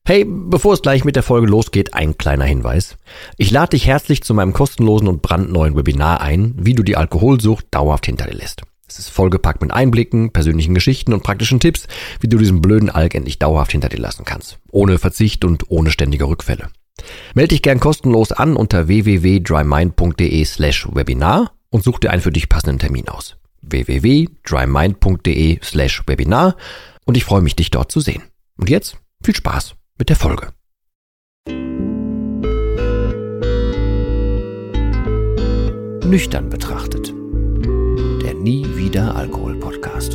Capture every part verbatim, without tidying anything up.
Hey, bevor es gleich mit der Folge losgeht, ein kleiner Hinweis. Ich lade dich herzlich zu meinem kostenlosen und brandneuen Webinar ein, wie du die Alkoholsucht dauerhaft hinter dir lässt. Es ist vollgepackt mit Einblicken, persönlichen Geschichten und praktischen Tipps, wie du diesen blöden Alk endlich dauerhaft hinter dir lassen kannst. Ohne Verzicht und ohne ständige Rückfälle. Melde dich gern kostenlos an unter w w w punkt drymind.de slash webinar und such dir einen für dich passenden Termin aus. w w w punkt drymind.de slash webinar und ich freue mich, dich dort zu sehen. Und jetzt viel Spaß mit der Folge. Nüchtern betrachtet. Der Nie wieder Alkohol Podcast.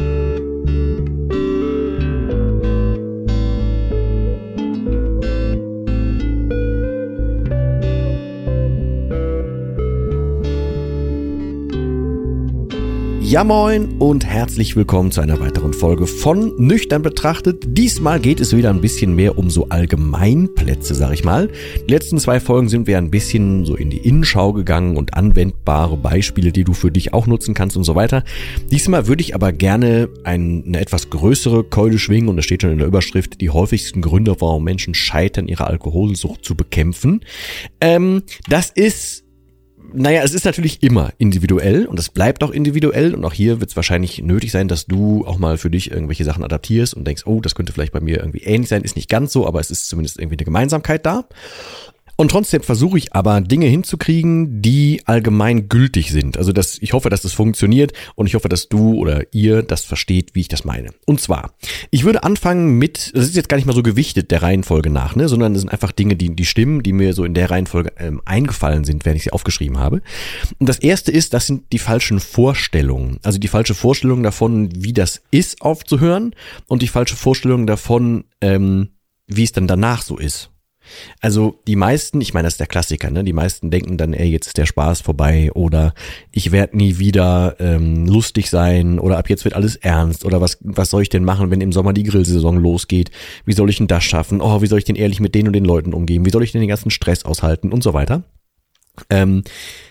Ja moin und herzlich willkommen zu einer weiteren Folge von Nüchtern betrachtet. Diesmal geht es wieder ein bisschen mehr um so Allgemeinplätze, sag ich mal. Die letzten zwei Folgen sind wir ein bisschen so in die Innenschau gegangen und anwendbare Beispiele, die du für dich auch nutzen kannst und so weiter. Diesmal würde ich aber gerne ein, eine etwas größere Keule schwingen und es steht schon in der Überschrift, die häufigsten Gründe, warum Menschen scheitern, ihre Alkoholsucht zu bekämpfen. Ähm, das ist Naja, es ist natürlich immer individuell und es bleibt auch individuell und auch hier wird es wahrscheinlich nötig sein, dass du auch mal für dich irgendwelche Sachen adaptierst und denkst, oh, das könnte vielleicht bei mir irgendwie ähnlich sein, ist nicht ganz so, aber es ist zumindest irgendwie eine Gemeinsamkeit da. Und trotzdem versuche ich aber Dinge hinzukriegen, die allgemein gültig sind. Also das, ich hoffe, dass das funktioniert und ich hoffe, dass du oder ihr das versteht, wie ich das meine. Und zwar, ich würde anfangen mit, das ist jetzt gar nicht mal so gewichtet der Reihenfolge nach, ne, sondern das sind einfach Dinge, die, die stimmen, die mir so in der Reihenfolge ähm, eingefallen sind, während ich sie aufgeschrieben habe. Und das erste ist, das sind die falschen Vorstellungen. Also die falsche Vorstellung davon, wie das ist, aufzuhören und die falsche Vorstellung davon, ähm, wie es dann danach so ist. Also die meisten, ich meine, das ist der Klassiker, ne? Die meisten denken dann, ey, jetzt ist der Spaß vorbei oder ich werde nie wieder ähm, lustig sein oder ab jetzt wird alles ernst oder was was soll ich denn machen, wenn im Sommer die Grillsaison losgeht? Wie soll ich denn das schaffen? Oh, wie soll ich denn ehrlich mit denen und den Leuten umgehen? Wie soll ich denn den ganzen Stress aushalten und so weiter? Ähm,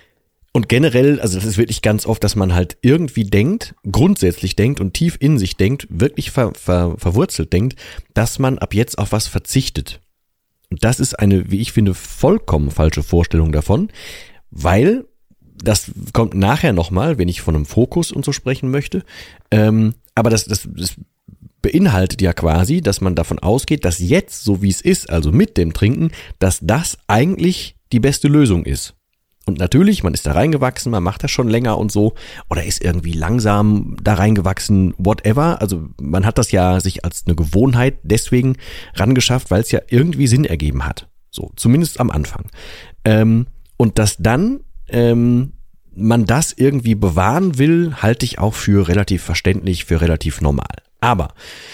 und generell, also das ist wirklich ganz oft, dass man halt irgendwie denkt, grundsätzlich denkt und tief in sich denkt, wirklich ver, ver, verwurzelt denkt, dass man ab jetzt auf was verzichtet. Und das ist eine, wie ich finde, vollkommen falsche Vorstellung davon, weil das kommt nachher nochmal, wenn ich von einem Fokus und so sprechen möchte, ähm, aber das, das, das beinhaltet ja quasi, dass man davon ausgeht, dass jetzt, so wie es ist, also mit dem Trinken, dass das eigentlich die beste Lösung ist. Und natürlich, man ist da reingewachsen, man macht das schon länger und so oder ist irgendwie langsam da reingewachsen, whatever. Also man hat das ja sich als eine Gewohnheit deswegen rangeschafft, weil es ja irgendwie Sinn ergeben hat. So, zumindest am Anfang. Ähm, und dass dann ähm, man das irgendwie bewahren will, halte ich auch für relativ verständlich, für relativ normal. Aber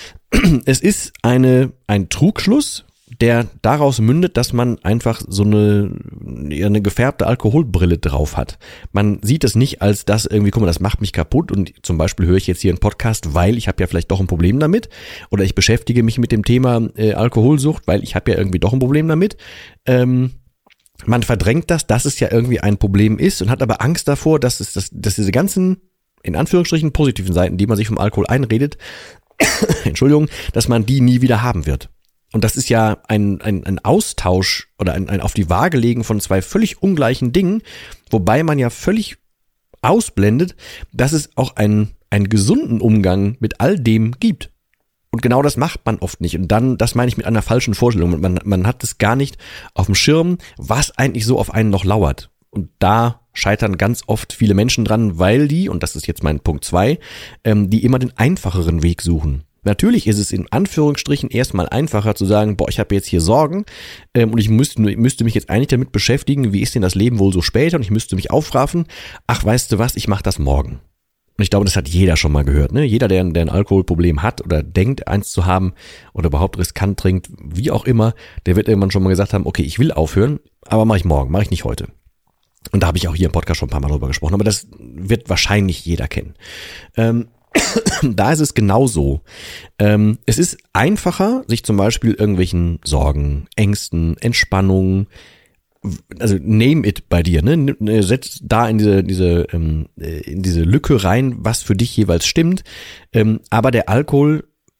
es ist eine ein Trugschluss, der daraus mündet, dass man einfach so eine, eine gefärbte Alkoholbrille drauf hat. Man sieht es nicht als das irgendwie, guck mal, das macht mich kaputt und zum Beispiel höre ich jetzt hier einen Podcast, weil ich habe ja vielleicht doch ein Problem damit oder ich beschäftige mich mit dem Thema äh, Alkoholsucht, weil ich habe ja irgendwie doch ein Problem damit. Ähm, man verdrängt das, dass es ja irgendwie ein Problem ist und hat aber Angst davor, dass es das, dass diese ganzen, in Anführungsstrichen, positiven Seiten, die man sich vom Alkohol einredet, Entschuldigung, dass man die nie wieder haben wird. Und das ist ja ein, ein, ein Austausch oder ein, ein auf die Waage legen von zwei völlig ungleichen Dingen, wobei man ja völlig ausblendet, dass es auch einen, einen gesunden Umgang mit all dem gibt. Und genau das macht man oft nicht. Und dann, das meine ich mit einer falschen Vorstellung. Man, man hat es gar nicht auf dem Schirm, was eigentlich so auf einen noch lauert. Und da scheitern ganz oft viele Menschen dran, weil die, und das ist jetzt mein Punkt zwei, ähm, die immer den einfacheren Weg suchen. Natürlich ist es in Anführungsstrichen erstmal einfacher zu sagen, boah, ich habe jetzt hier Sorgen ähm, und ich müsste, müsste mich jetzt eigentlich damit beschäftigen, wie ist denn das Leben wohl so später und ich müsste mich aufraffen. Ach, weißt du was, ich mache das morgen. Und ich glaube, das hat jeder schon mal gehört, ne? Jeder, der, der ein Alkoholproblem hat oder denkt, eins zu haben oder überhaupt riskant trinkt, wie auch immer, der wird irgendwann schon mal gesagt haben, okay, ich will aufhören, aber mache ich morgen, mache ich nicht heute. Und da habe ich auch hier im Podcast schon ein paar Mal drüber gesprochen, aber das wird wahrscheinlich jeder kennen. Ähm, Da ist es genauso. Ähm, es ist einfacher, sich zum Beispiel irgendwelchen Sorgen, Ängsten, Entspannungen, also name it bei dir, ne? Setz da in diese, diese, ähm, in diese Lücke rein, was für dich jeweils stimmt. Ähm, aber der Alkohol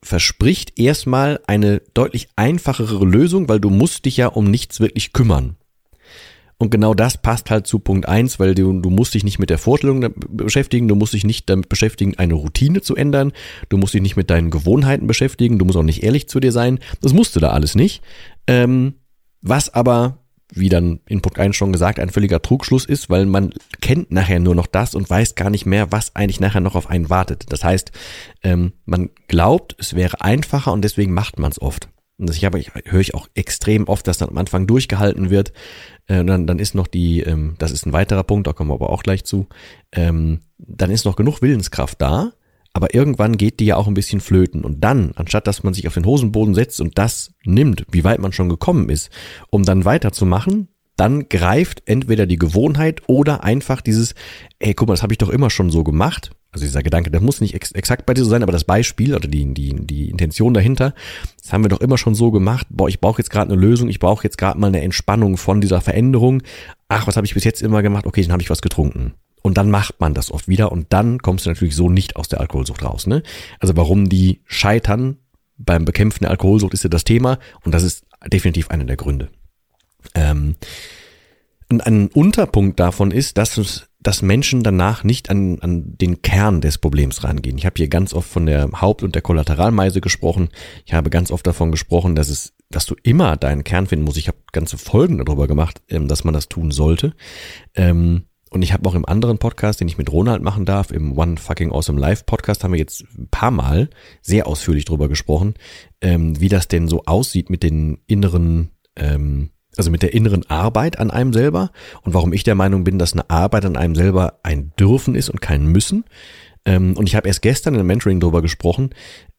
verspricht erstmal eine deutlich einfachere Lösung, weil du musst dich ja um nichts wirklich kümmern. Und genau das passt halt zu Punkt eins, weil du, du musst dich nicht mit der Vorstellung beschäftigen, du musst dich nicht damit beschäftigen, eine Routine zu ändern, du musst dich nicht mit deinen Gewohnheiten beschäftigen, du musst auch nicht ehrlich zu dir sein, das musst du da alles nicht. Ähm, was aber, wie dann in Punkt eins schon gesagt, ein völliger Trugschluss ist, weil man kennt nachher nur noch das und weiß gar nicht mehr, was eigentlich nachher noch auf einen wartet. Das heißt, ähm, man glaubt, es wäre einfacher und deswegen macht man es oft. Und das ich habe, ich, höre ich auch extrem oft, dass dann am Anfang durchgehalten wird. Äh, dann, dann ist noch die, ähm, das ist ein weiterer Punkt, da kommen wir aber auch gleich zu, ähm, dann ist noch genug Willenskraft da, aber irgendwann geht die ja auch ein bisschen flöten. Und dann, anstatt dass man sich auf den Hosenboden setzt und das nimmt, wie weit man schon gekommen ist, um dann weiterzumachen, dann greift entweder die Gewohnheit oder einfach dieses, ey, guck mal, das habe ich doch immer schon so gemacht. Also dieser Gedanke, das muss nicht ex- exakt bei dir so sein, aber das Beispiel oder die, die, die Intention dahinter, das haben wir doch immer schon so gemacht. Boah, ich brauche jetzt gerade eine Lösung, ich brauche jetzt gerade mal eine Entspannung von dieser Veränderung. Ach, was habe ich bis jetzt immer gemacht? Okay, dann habe ich was getrunken. Und dann macht man das oft wieder und dann kommst du natürlich so nicht aus der Alkoholsucht raus. Ne? Also warum die scheitern beim Bekämpfen der Alkoholsucht ist ja das Thema und das ist definitiv einer der Gründe. Ähm, und ein Unterpunkt davon ist, dass es dass Menschen danach nicht an, an den Kern des Problems rangehen. Ich habe hier ganz oft von der Haupt- und der Kollateralmeise gesprochen. Ich habe ganz oft davon gesprochen, dass es, dass du immer deinen Kern finden musst. Ich habe ganze Folgen darüber gemacht, ähm, dass man das tun sollte. Ähm, und ich habe auch im anderen Podcast, den ich mit Ronald machen darf, im One Fucking Awesome Life Podcast, haben wir jetzt ein paar Mal sehr ausführlich drüber gesprochen, ähm, wie das denn so aussieht mit den inneren ähm, also mit der inneren Arbeit an einem selber und warum ich der Meinung bin, dass eine Arbeit an einem selber ein Dürfen ist und kein Müssen. Und ich habe erst gestern in einem Mentoring drüber gesprochen.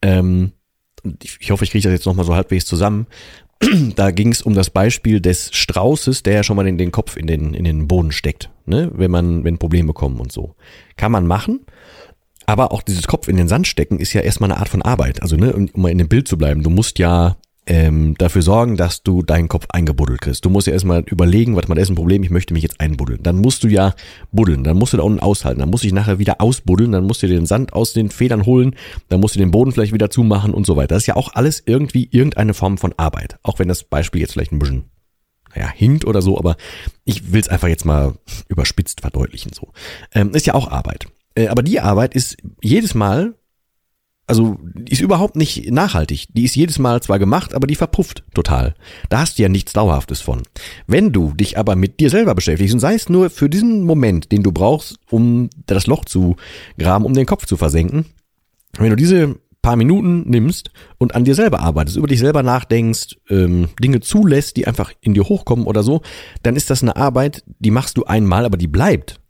Ich hoffe, ich kriege das jetzt nochmal so halbwegs zusammen. Da ging es um das Beispiel des Straußes, der ja schon mal in den Kopf in den, in den Boden steckt, ne? Wenn man, wenn Probleme kommen und so. Kann man machen. Aber auch dieses Kopf in den Sand stecken ist ja erstmal eine Art von Arbeit. Also, ne, um mal in dem Bild zu bleiben, du musst ja Ähm, dafür sorgen, dass du deinen Kopf eingebuddelt kriegst. Du musst ja erstmal überlegen, warte mal, da ist ein Problem, ich möchte mich jetzt einbuddeln. Dann musst du ja buddeln, dann musst du da unten aushalten, dann musst du dich nachher wieder ausbuddeln, dann musst du dir den Sand aus den Federn holen, dann musst du den Boden vielleicht wieder zumachen und so weiter. Das ist ja auch alles irgendwie irgendeine Form von Arbeit. Auch wenn das Beispiel jetzt vielleicht ein bisschen, naja, hinkt oder so, aber ich will es einfach jetzt mal überspitzt verdeutlichen so. Ähm, ist ja auch Arbeit. Äh, aber die Arbeit ist jedes Mal Also, die ist überhaupt nicht nachhaltig. Die ist jedes Mal zwar gemacht, aber die verpufft total. Da hast du ja nichts Dauerhaftes von. Wenn du dich aber mit dir selber beschäftigst und sei es nur für diesen Moment, den du brauchst, um das Loch zu graben, um den Kopf zu versenken, wenn du diese paar Minuten nimmst und an dir selber arbeitest, über dich selber nachdenkst, ähm, Dinge zulässt, die einfach in dir hochkommen oder so, dann ist das eine Arbeit, die machst du einmal, aber die bleibt.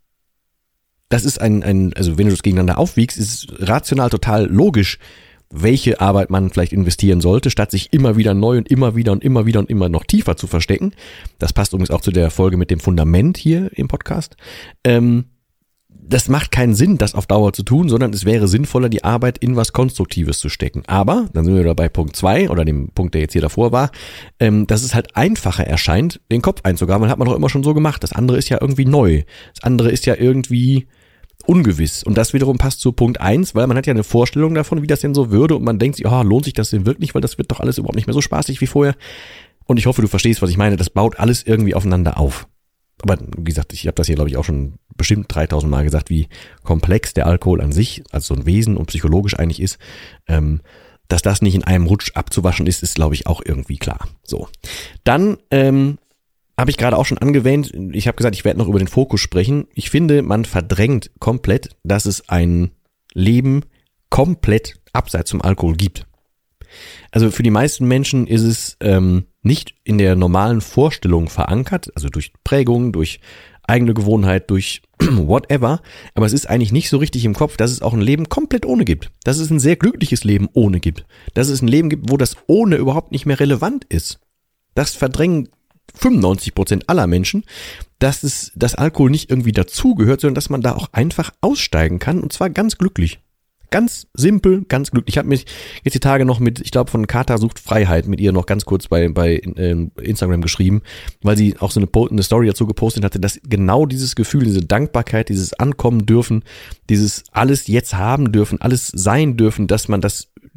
Das ist ein, ein, also wenn du das gegeneinander aufwiegst, ist es rational total logisch, welche Arbeit man vielleicht investieren sollte, statt sich immer wieder neu und immer wieder und immer wieder und immer noch tiefer zu verstecken. Das passt übrigens auch zu der Folge mit dem Fundament hier im Podcast. Ähm, das macht keinen Sinn, das auf Dauer zu tun, sondern es wäre sinnvoller, die Arbeit in was Konstruktives zu stecken. Aber, dann sind wir wieder bei Punkt zwei oder dem Punkt, der jetzt hier davor war, ähm, dass es halt einfacher erscheint, den Kopf einzugraben, weil hat man doch immer schon so gemacht. Das andere ist ja irgendwie neu. Das andere ist ja irgendwie ungewiss. Und das wiederum passt zu Punkt eins, weil man hat ja eine Vorstellung davon, wie das denn so würde und man denkt sich, oh, lohnt sich das denn wirklich, weil das wird doch alles überhaupt nicht mehr so spaßig wie vorher. Und ich hoffe, du verstehst, was ich meine. Das baut alles irgendwie aufeinander auf. Aber wie gesagt, ich habe das hier, glaube ich, auch schon bestimmt dreitausend Mal gesagt, wie komplex der Alkohol an sich, also so ein Wesen und psychologisch eigentlich ist. Ähm, dass das nicht in einem Rutsch abzuwaschen ist, ist, glaube ich, auch irgendwie klar. So, dann ähm, habe ich gerade auch schon angewähnt, ich habe gesagt, ich werde noch über den Fokus sprechen. Ich finde, man verdrängt komplett, dass es ein Leben komplett abseits vom Alkohol gibt. Also für die meisten Menschen ist es ähm, nicht in der normalen Vorstellung verankert, also durch Prägung, durch eigene Gewohnheit, durch whatever, aber es ist eigentlich nicht so richtig im Kopf, dass es auch ein Leben komplett ohne gibt. Dass es ein sehr glückliches Leben ohne gibt. Dass es ein Leben gibt, wo das ohne überhaupt nicht mehr relevant ist. Das verdrängen fünfundneunzig Prozent aller Menschen, dass es, dass Alkohol nicht irgendwie dazugehört, sondern dass man da auch einfach aussteigen kann und zwar ganz glücklich. Ganz simpel, ganz glücklich. Ich habe mich jetzt die Tage noch mit, ich glaube von Kata sucht Freiheit, mit ihr noch ganz kurz bei bei äh, Instagram geschrieben, weil sie auch so eine, eine Story dazu gepostet hatte, dass genau dieses Gefühl, diese Dankbarkeit, dieses Ankommen dürfen, dieses alles jetzt haben dürfen, alles sein dürfen, dass man das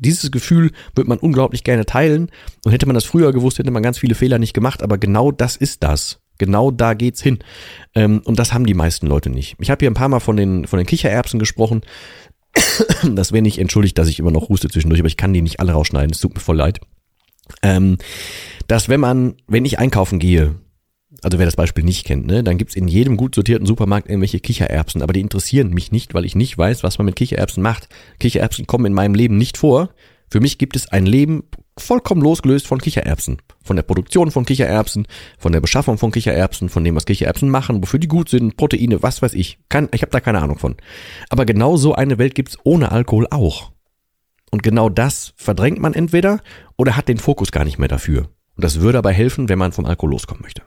dieses Gefühl wird man unglaublich gerne teilen. Und hätte man das früher gewusst, hätte man ganz viele Fehler nicht gemacht. Aber genau das ist das. Genau da geht's hin. Ähm, und das haben die meisten Leute nicht. Ich habe hier ein paar Mal von den, von den Kichererbsen gesprochen. Das wäre nicht entschuldigt, dass ich immer noch huste zwischendurch, aber ich kann die nicht alle rausschneiden. Es tut mir voll leid. Ähm, dass wenn man, wenn ich einkaufen gehe, also wer das Beispiel nicht kennt, ne, dann gibt's in jedem gut sortierten Supermarkt irgendwelche Kichererbsen, aber die interessieren mich nicht, weil ich nicht weiß, was man mit Kichererbsen macht. Kichererbsen kommen in meinem Leben nicht vor. Für mich gibt es ein Leben vollkommen losgelöst von Kichererbsen. Von der Produktion von Kichererbsen, von der Beschaffung von Kichererbsen, von dem, was Kichererbsen machen, wofür die gut sind, Proteine, was weiß ich. Kann, ich habe da keine Ahnung von. Aber genau so eine Welt gibt's ohne Alkohol auch. Und genau das verdrängt man entweder oder hat den Fokus gar nicht mehr dafür. Und das würde aber helfen, wenn man vom Alkohol loskommen möchte.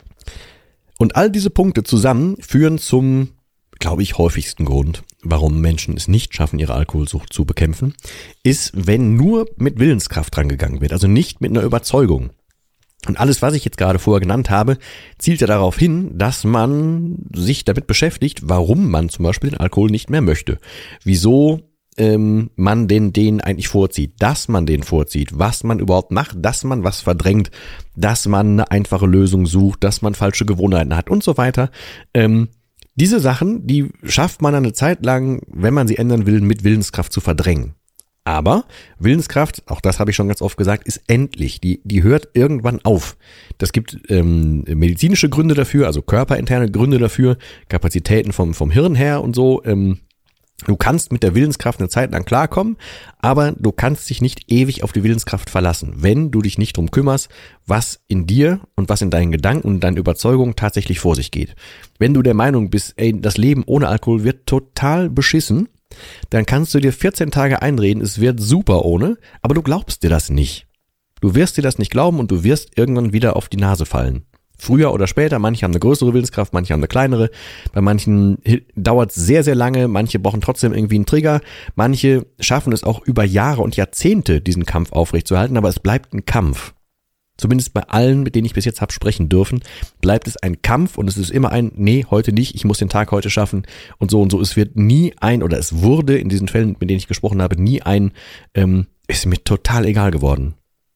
Und all diese Punkte zusammen führen zum, glaube ich, häufigsten Grund, warum Menschen es nicht schaffen, ihre Alkoholsucht zu bekämpfen, ist, wenn nur mit Willenskraft rangegangen wird, also nicht mit einer Überzeugung. Und alles, was ich jetzt gerade vorher genannt habe, zielt ja darauf hin, dass man sich damit beschäftigt, warum man zum Beispiel den Alkohol nicht mehr möchte. Wieso ähm, man den, den eigentlich vorzieht, dass man den vorzieht, was man überhaupt macht, dass man was verdrängt, dass man eine einfache Lösung sucht, dass man falsche Gewohnheiten hat und so weiter. Ähm, diese Sachen, die schafft man eine Zeit lang, wenn man sie ändern will, mit Willenskraft zu verdrängen. Aber Willenskraft, auch das habe ich schon ganz oft gesagt, ist endlich. Die, die hört irgendwann auf. Das gibt ähm, medizinische Gründe dafür, also körperinterne Gründe dafür, Kapazitäten vom, vom Hirn her und so. Ähm, du kannst mit der Willenskraft eine Zeit lang klarkommen, aber du kannst dich nicht ewig auf die Willenskraft verlassen, wenn du dich nicht drum kümmerst, was in dir und was in deinen Gedanken und deinen Überzeugungen tatsächlich vor sich geht. Wenn du der Meinung bist, ey, das Leben ohne Alkohol wird total beschissen, dann kannst du dir vierzehn Tage einreden, es wird super ohne, aber du glaubst dir das nicht. Du wirst dir das nicht glauben und du wirst irgendwann wieder auf die Nase fallen. Früher oder später, manche haben eine größere Willenskraft, manche haben eine kleinere, bei manchen dauert es sehr, sehr lange, manche brauchen trotzdem irgendwie einen Trigger, manche schaffen es auch über Jahre und Jahrzehnte, diesen Kampf aufrechtzuerhalten, aber es bleibt ein Kampf. Zumindest bei allen, mit denen ich bis jetzt habe sprechen dürfen, bleibt es ein Kampf und es ist immer ein, nee, heute nicht, ich muss den Tag heute schaffen und so und so. Es wird nie ein, oder es wurde in diesen Fällen, mit denen ich gesprochen habe, nie ein, ähm, ist mir total egal geworden.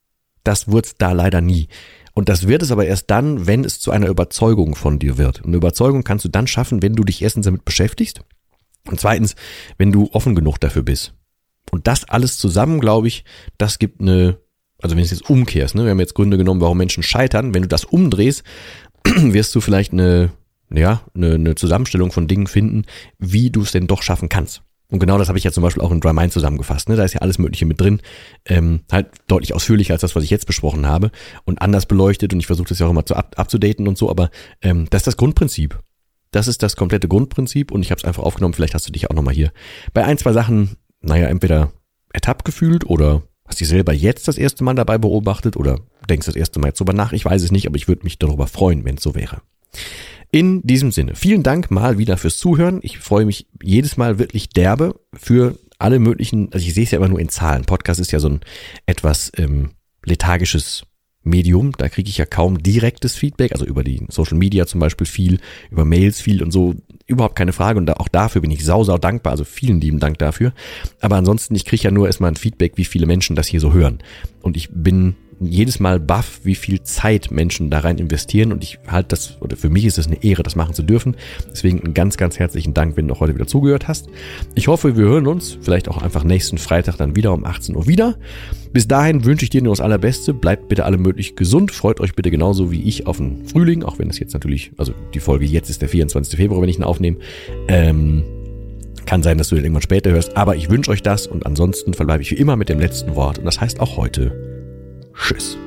Das wird's da leider nie. Und das wird es aber erst dann, wenn es zu einer Überzeugung von dir wird. Und eine Überzeugung kannst du dann schaffen, wenn du dich erstens damit beschäftigst und zweitens, wenn du offen genug dafür bist. Und das alles zusammen, glaube ich, das gibt eine, also wenn du es jetzt umkehrst, ne, wir haben jetzt Gründe genommen, warum Menschen scheitern, wenn du das umdrehst, wirst du vielleicht eine, ja, eine, eine Zusammenstellung von Dingen finden, wie du es denn doch schaffen kannst. Und genau das habe ich ja zum Beispiel auch in Dry Mind zusammengefasst. Ne? Da ist ja alles Mögliche mit drin. Ähm, halt deutlich ausführlicher als das, was ich jetzt besprochen habe. Und anders beleuchtet. Und ich versuche das ja auch immer zu up- abzudaten und so. Aber ähm, das ist das Grundprinzip. Das ist das komplette Grundprinzip. Und ich habe es einfach aufgenommen. Vielleicht hast du dich auch nochmal hier bei ein, zwei Sachen, naja, entweder ertappt gefühlt oder hast dich selber jetzt das erste Mal dabei beobachtet oder denkst das erste Mal jetzt drüber nach. Ich weiß es nicht, aber ich würde mich darüber freuen, wenn es so wäre. In diesem Sinne, vielen Dank mal wieder fürs Zuhören. Ich freue mich jedes Mal wirklich derbe für alle möglichen, also ich sehe es ja immer nur in Zahlen. Podcast ist ja so ein etwas ähm, lethargisches Medium. Da kriege ich ja kaum direktes Feedback, also über die Social Media zum Beispiel viel, über Mails viel und so. Überhaupt keine Frage und da, auch dafür bin ich sau, sau dankbar. Also vielen lieben Dank dafür. Aber ansonsten, ich kriege ja nur erstmal ein Feedback, wie viele Menschen das hier so hören. Und ich bin jedes Mal baff, wie viel Zeit Menschen da rein investieren und ich halte das, oder für mich ist es eine Ehre, das machen zu dürfen. Deswegen einen ganz, ganz herzlichen Dank, wenn du auch heute wieder zugehört hast. Ich hoffe, wir hören uns vielleicht auch einfach nächsten Freitag dann wieder um achtzehn Uhr wieder. Bis dahin wünsche ich dir nur das Allerbeste. Bleibt bitte alle möglich gesund. Freut euch bitte genauso wie ich auf den Frühling, auch wenn es jetzt natürlich, also die Folge jetzt ist der vierundzwanzigster Februar, wenn ich ihn aufnehme. Ähm, kann sein, dass du den irgendwann später hörst, aber ich wünsche euch das und ansonsten verbleibe ich wie immer mit dem letzten Wort und das heißt auch heute Tschüss.